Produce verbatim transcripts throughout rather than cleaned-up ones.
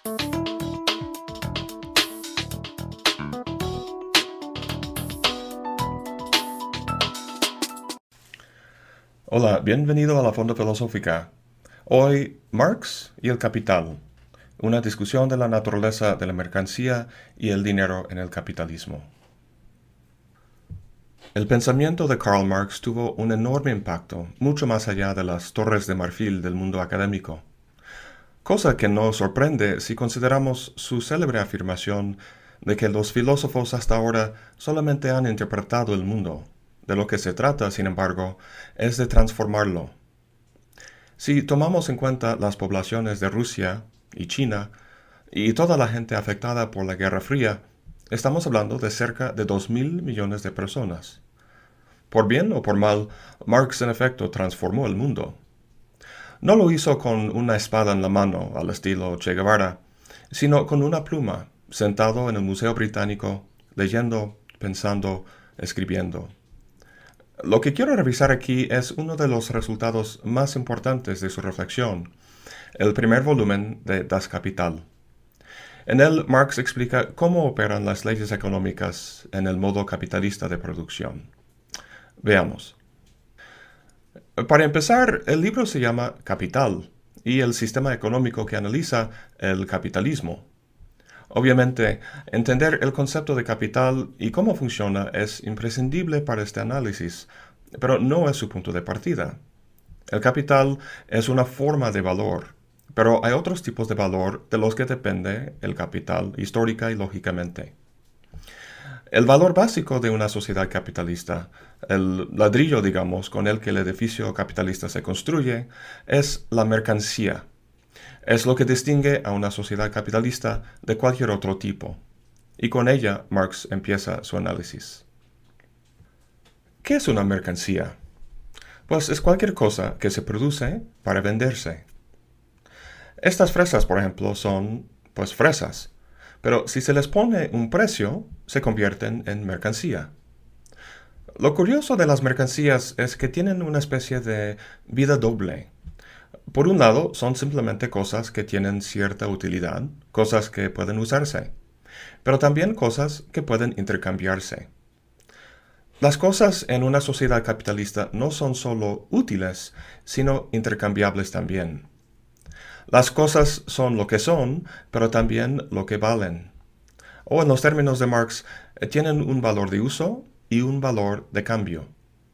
Hola, bienvenido a la Fonda Filosófica. Hoy, Marx y el capital. Una discusión de la naturaleza de la mercancía y el dinero en el capitalismo. El pensamiento de Karl Marx tuvo un enorme impacto, mucho más allá de las torres de marfil del mundo académico. Cosa que no sorprende si consideramos su célebre afirmación de que los filósofos hasta ahora solamente han interpretado el mundo. De lo que se trata, sin embargo, es de transformarlo. Si tomamos en cuenta las poblaciones de Rusia y China y toda la gente afectada por la Guerra Fría, estamos hablando de cerca de dos mil millones de personas. Por bien o por mal, Marx en efecto transformó el mundo. No lo hizo con una espada en la mano, al estilo Che Guevara, sino con una pluma, sentado en el Museo Británico, leyendo, pensando, escribiendo. Lo que quiero revisar aquí es uno de los resultados más importantes de su reflexión, el primer volumen de Das Kapital. En él, Marx explica cómo operan las leyes económicas en el modo capitalista de producción. Veamos. Para empezar, el libro se llama Capital y el sistema económico que analiza el capitalismo. Obviamente, entender el concepto de capital y cómo funciona es imprescindible para este análisis, pero no es su punto de partida. El capital es una forma de valor, pero hay otros tipos de valor de los que depende el capital histórica y lógicamente. El valor básico de una sociedad capitalista, el ladrillo, digamos, con el que el edificio capitalista se construye, es la mercancía. Es lo que distingue a una sociedad capitalista de cualquier otro tipo. Y con ella Marx empieza su análisis. ¿Qué es una mercancía? Pues es cualquier cosa que se produce para venderse. Estas fresas, por ejemplo, son, pues, fresas. Pero si se les pone un precio, se convierten en mercancía. Lo curioso de las mercancías es que tienen una especie de vida doble. Por un lado, son simplemente cosas que tienen cierta utilidad, cosas que pueden usarse, pero también cosas que pueden intercambiarse. Las cosas en una sociedad capitalista no son solo útiles, sino intercambiables también. Las cosas son lo que son, pero también lo que valen. O en los términos de Marx, tienen un valor de uso y un valor de cambio.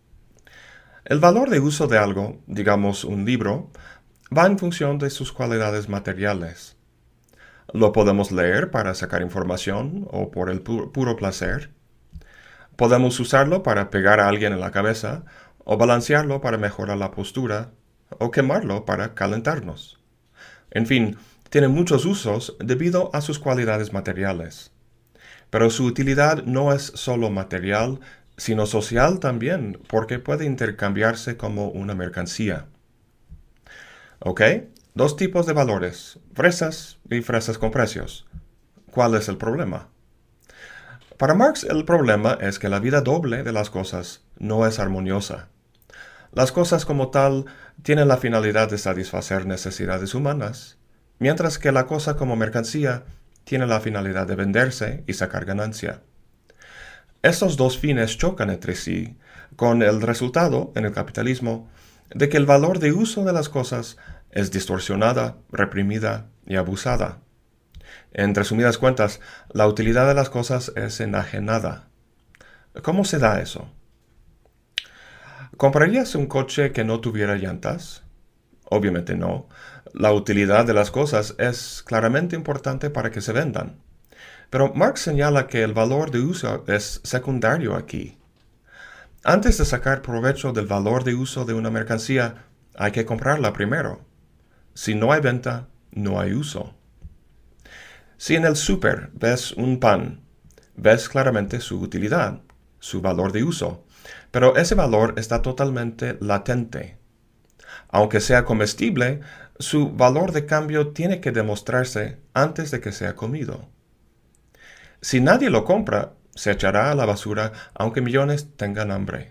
El valor de uso de algo, digamos un libro, va en función de sus cualidades materiales. Lo podemos leer para sacar información o por el pu- puro placer. Podemos usarlo para pegar a alguien en la cabeza o balancearlo para mejorar la postura o quemarlo para calentarnos. En fin, tiene muchos usos debido a sus cualidades materiales. Pero su utilidad no es solo material, sino social también, porque puede intercambiarse como una mercancía. ¿Ok? Dos tipos de valores, fresas y fresas con precios. ¿Cuál es el problema? Para Marx el problema es que la vida doble de las cosas no es armoniosa. Las cosas como tal tienen la finalidad de satisfacer necesidades humanas, mientras que la cosa como mercancía tiene la finalidad de venderse y sacar ganancia. Estos dos fines chocan entre sí, con el resultado, en el capitalismo, de que el valor de uso de las cosas es distorsionada, reprimida y abusada. En resumidas cuentas, la utilidad de las cosas es enajenada. ¿Cómo se da eso? ¿Comprarías un coche que no tuviera llantas? Obviamente no. La utilidad de las cosas es claramente importante para que se vendan. Pero Marx señala que el valor de uso es secundario aquí. Antes de sacar provecho del valor de uso de una mercancía, hay que comprarla primero. Si no hay venta, no hay uso. Si en el súper ves un pan, ves claramente su utilidad, su valor de uso, pero ese valor está totalmente latente. Aunque sea comestible, su valor de cambio tiene que demostrarse antes de que sea comido. Si nadie lo compra, se echará a la basura aunque millones tengan hambre.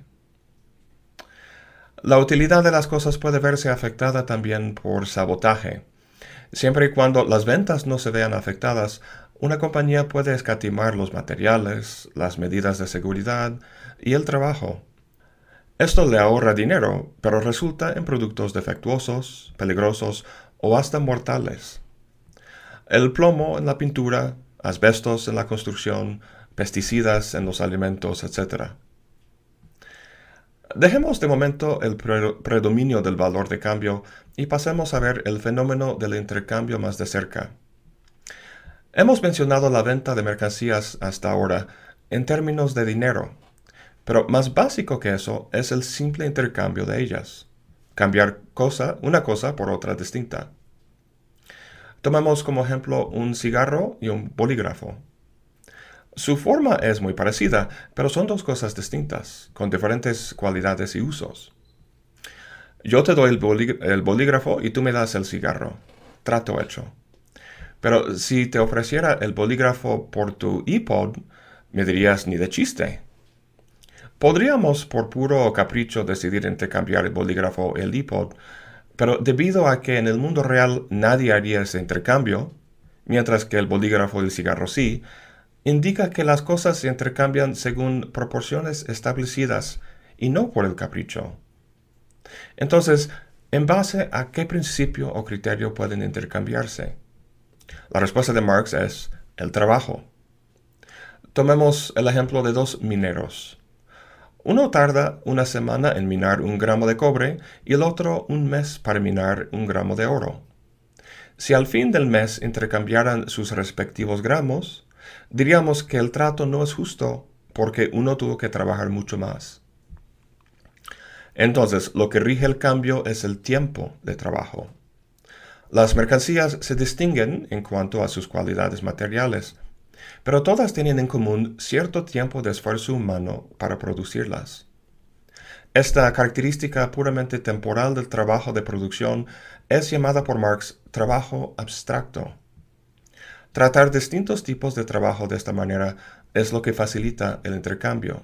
La utilidad de las cosas puede verse afectada también por sabotaje. Siempre y cuando las ventas no se vean afectadas, una compañía puede escatimar los materiales, las medidas de seguridad y el trabajo. Esto le ahorra dinero, pero resulta en productos defectuosos, peligrosos o hasta mortales. El plomo en la pintura, asbestos en la construcción, pesticidas en los alimentos, etcétera. Dejemos de momento el pre- predominio del valor de cambio y pasemos a ver el fenómeno del intercambio más de cerca. Hemos mencionado la venta de mercancías hasta ahora en términos de dinero, pero más básico que eso es el simple intercambio de ellas. Cambiar cosa, una cosa por otra distinta. Tomemos como ejemplo un cigarro y un bolígrafo. Su forma es muy parecida, pero son dos cosas distintas, con diferentes cualidades y usos. Yo te doy el, bolí- el bolígrafo y tú me das el cigarro. Trato hecho. Pero si te ofreciera el bolígrafo por tu iPod, me dirías ni de chiste. Podríamos por puro capricho decidir intercambiar el bolígrafo o el iPod, pero debido a que en el mundo real nadie haría ese intercambio, mientras que el bolígrafo y el cigarro sí, indica que las cosas se intercambian según proporciones establecidas y no por el capricho. Entonces, ¿en base a qué principio o criterio pueden intercambiarse? La respuesta de Marx es el trabajo. Tomemos el ejemplo de dos mineros. Uno tarda una semana en minar un gramo de cobre y el otro un mes para minar un gramo de oro. Si al fin del mes intercambiaran sus respectivos gramos, diríamos que el trato no es justo porque uno tuvo que trabajar mucho más. Entonces, lo que rige el cambio es el tiempo de trabajo. Las mercancías se distinguen en cuanto a sus cualidades materiales, pero todas tienen en común cierto tiempo de esfuerzo humano para producirlas. Esta característica puramente temporal del trabajo de producción es llamada por Marx trabajo abstracto. Tratar distintos tipos de trabajo de esta manera es lo que facilita el intercambio.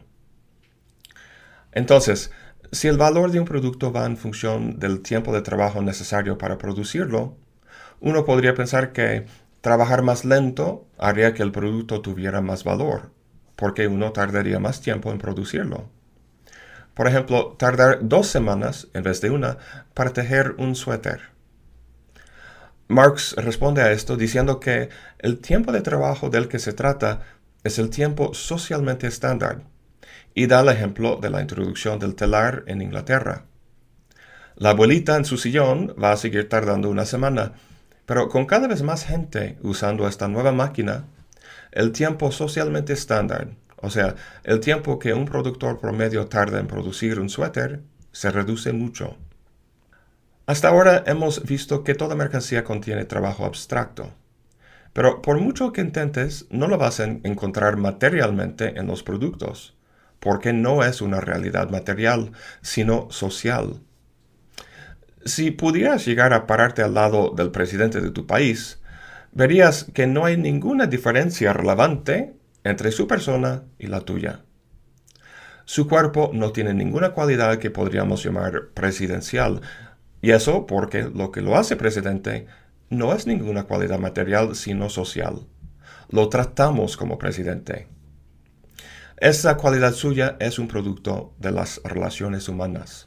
Entonces, si el valor de un producto va en función del tiempo de trabajo necesario para producirlo, uno podría pensar que trabajar más lento haría que el producto tuviera más valor, porque uno tardaría más tiempo en producirlo. Por ejemplo, tardar dos semanas en vez de una para tejer un suéter. Marx responde a esto diciendo que el tiempo de trabajo del que se trata es el tiempo socialmente estándar, y da el ejemplo de la introducción del telar en Inglaterra. La abuelita en su sillón va a seguir tardando una semana, pero con cada vez más gente usando esta nueva máquina, el tiempo socialmente estándar, o sea, el tiempo que un productor promedio tarda en producir un suéter, se reduce mucho. Hasta ahora hemos visto que toda mercancía contiene trabajo abstracto, pero por mucho que intentes, no lo vas a encontrar materialmente en los productos, porque no es una realidad material, sino social. Si pudieras llegar a pararte al lado del presidente de tu país, verías que no hay ninguna diferencia relevante entre su persona y la tuya. Su cuerpo no tiene ninguna cualidad que podríamos llamar presidencial, y eso porque lo que lo hace presidente no es ninguna cualidad material sino social. Lo tratamos como presidente. Esa cualidad suya es un producto de las relaciones humanas.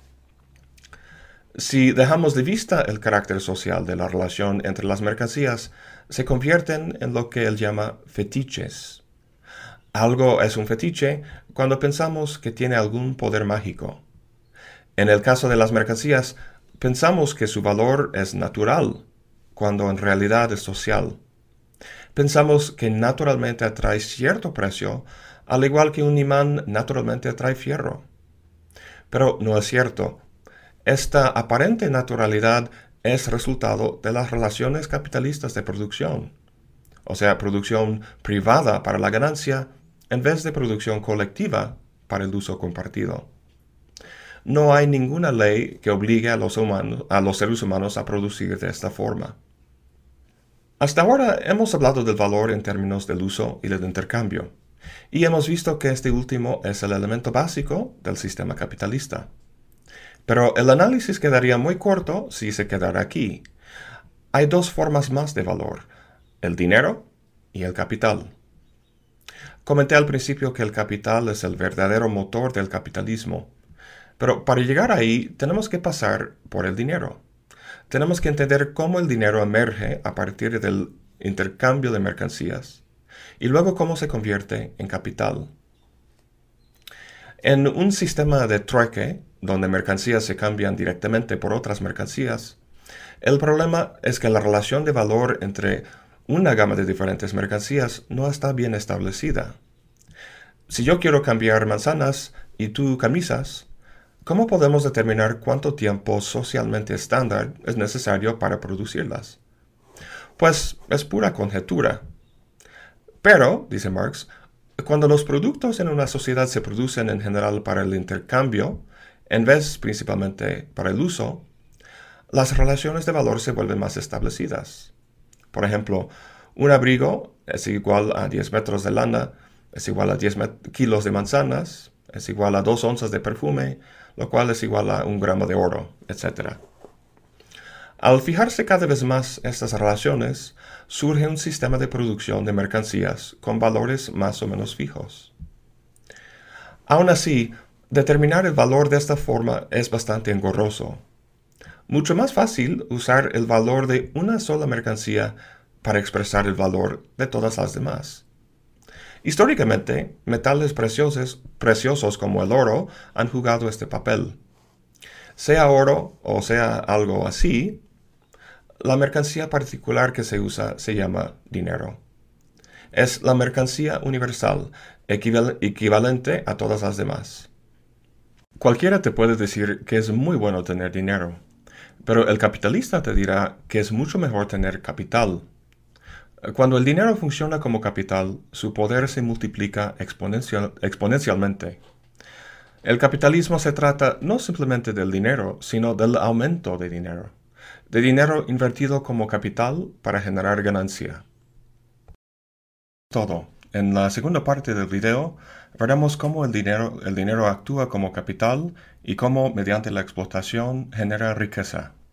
Si dejamos de vista el carácter social de la relación entre las mercancías, se convierten en lo que él llama fetiches. Algo es un fetiche cuando pensamos que tiene algún poder mágico. En el caso de las mercancías, pensamos que su valor es natural, cuando en realidad es social. Pensamos que naturalmente atrae cierto precio, al igual que un imán naturalmente atrae fierro. Pero no es cierto. Esta aparente naturalidad es resultado de las relaciones capitalistas de producción, o sea, producción privada para la ganancia en vez de producción colectiva para el uso compartido. No hay ninguna ley que obligue a los, humanos, a los seres humanos a producir de esta forma. Hasta ahora hemos hablado del valor en términos del uso y del intercambio, y hemos visto que este último es el elemento básico del sistema capitalista. Pero el análisis quedaría muy corto si se quedara aquí. Hay dos formas más de valor, el dinero y el capital. Comenté al principio que el capital es el verdadero motor del capitalismo, pero para llegar ahí tenemos que pasar por el dinero. Tenemos que entender cómo el dinero emerge a partir del intercambio de mercancías y luego cómo se convierte en capital. En un sistema de trueque, donde mercancías se cambian directamente por otras mercancías, el problema es que la relación de valor entre una gama de diferentes mercancías no está bien establecida. Si yo quiero cambiar manzanas y tú camisas, ¿cómo podemos determinar cuánto tiempo socialmente estándar es necesario para producirlas? Pues es pura conjetura. Pero, dice Marx, cuando los productos en una sociedad se producen en general para el intercambio, en vez principalmente para el uso, las relaciones de valor se vuelven más establecidas. Por ejemplo, un abrigo es igual a diez metros de lana, es igual a diez kilos de manzanas, es igual a dos onzas de perfume, lo cual es igual a un gramo de oro, etcétera. Al fijarse cada vez más estas relaciones, surge un sistema de producción de mercancías con valores más o menos fijos. Aún así, determinar el valor de esta forma es bastante engorroso. Mucho más fácil usar el valor de una sola mercancía para expresar el valor de todas las demás. Históricamente, metales preciosos, preciosos como el oro han jugado este papel. Sea oro o sea algo así, la mercancía particular que se usa se llama dinero. Es la mercancía universal, equival- equivalente a todas las demás. Cualquiera te puede decir que es muy bueno tener dinero, pero el capitalista te dirá que es mucho mejor tener capital. Cuando el dinero funciona como capital, su poder se multiplica exponencial- exponencialmente. El capitalismo se trata no simplemente del dinero, sino del aumento de dinero, de dinero invertido como capital para generar ganancia. Todo. En la segunda parte del video veremos cómo el dinero, el dinero actúa como capital y cómo mediante la explotación genera riqueza.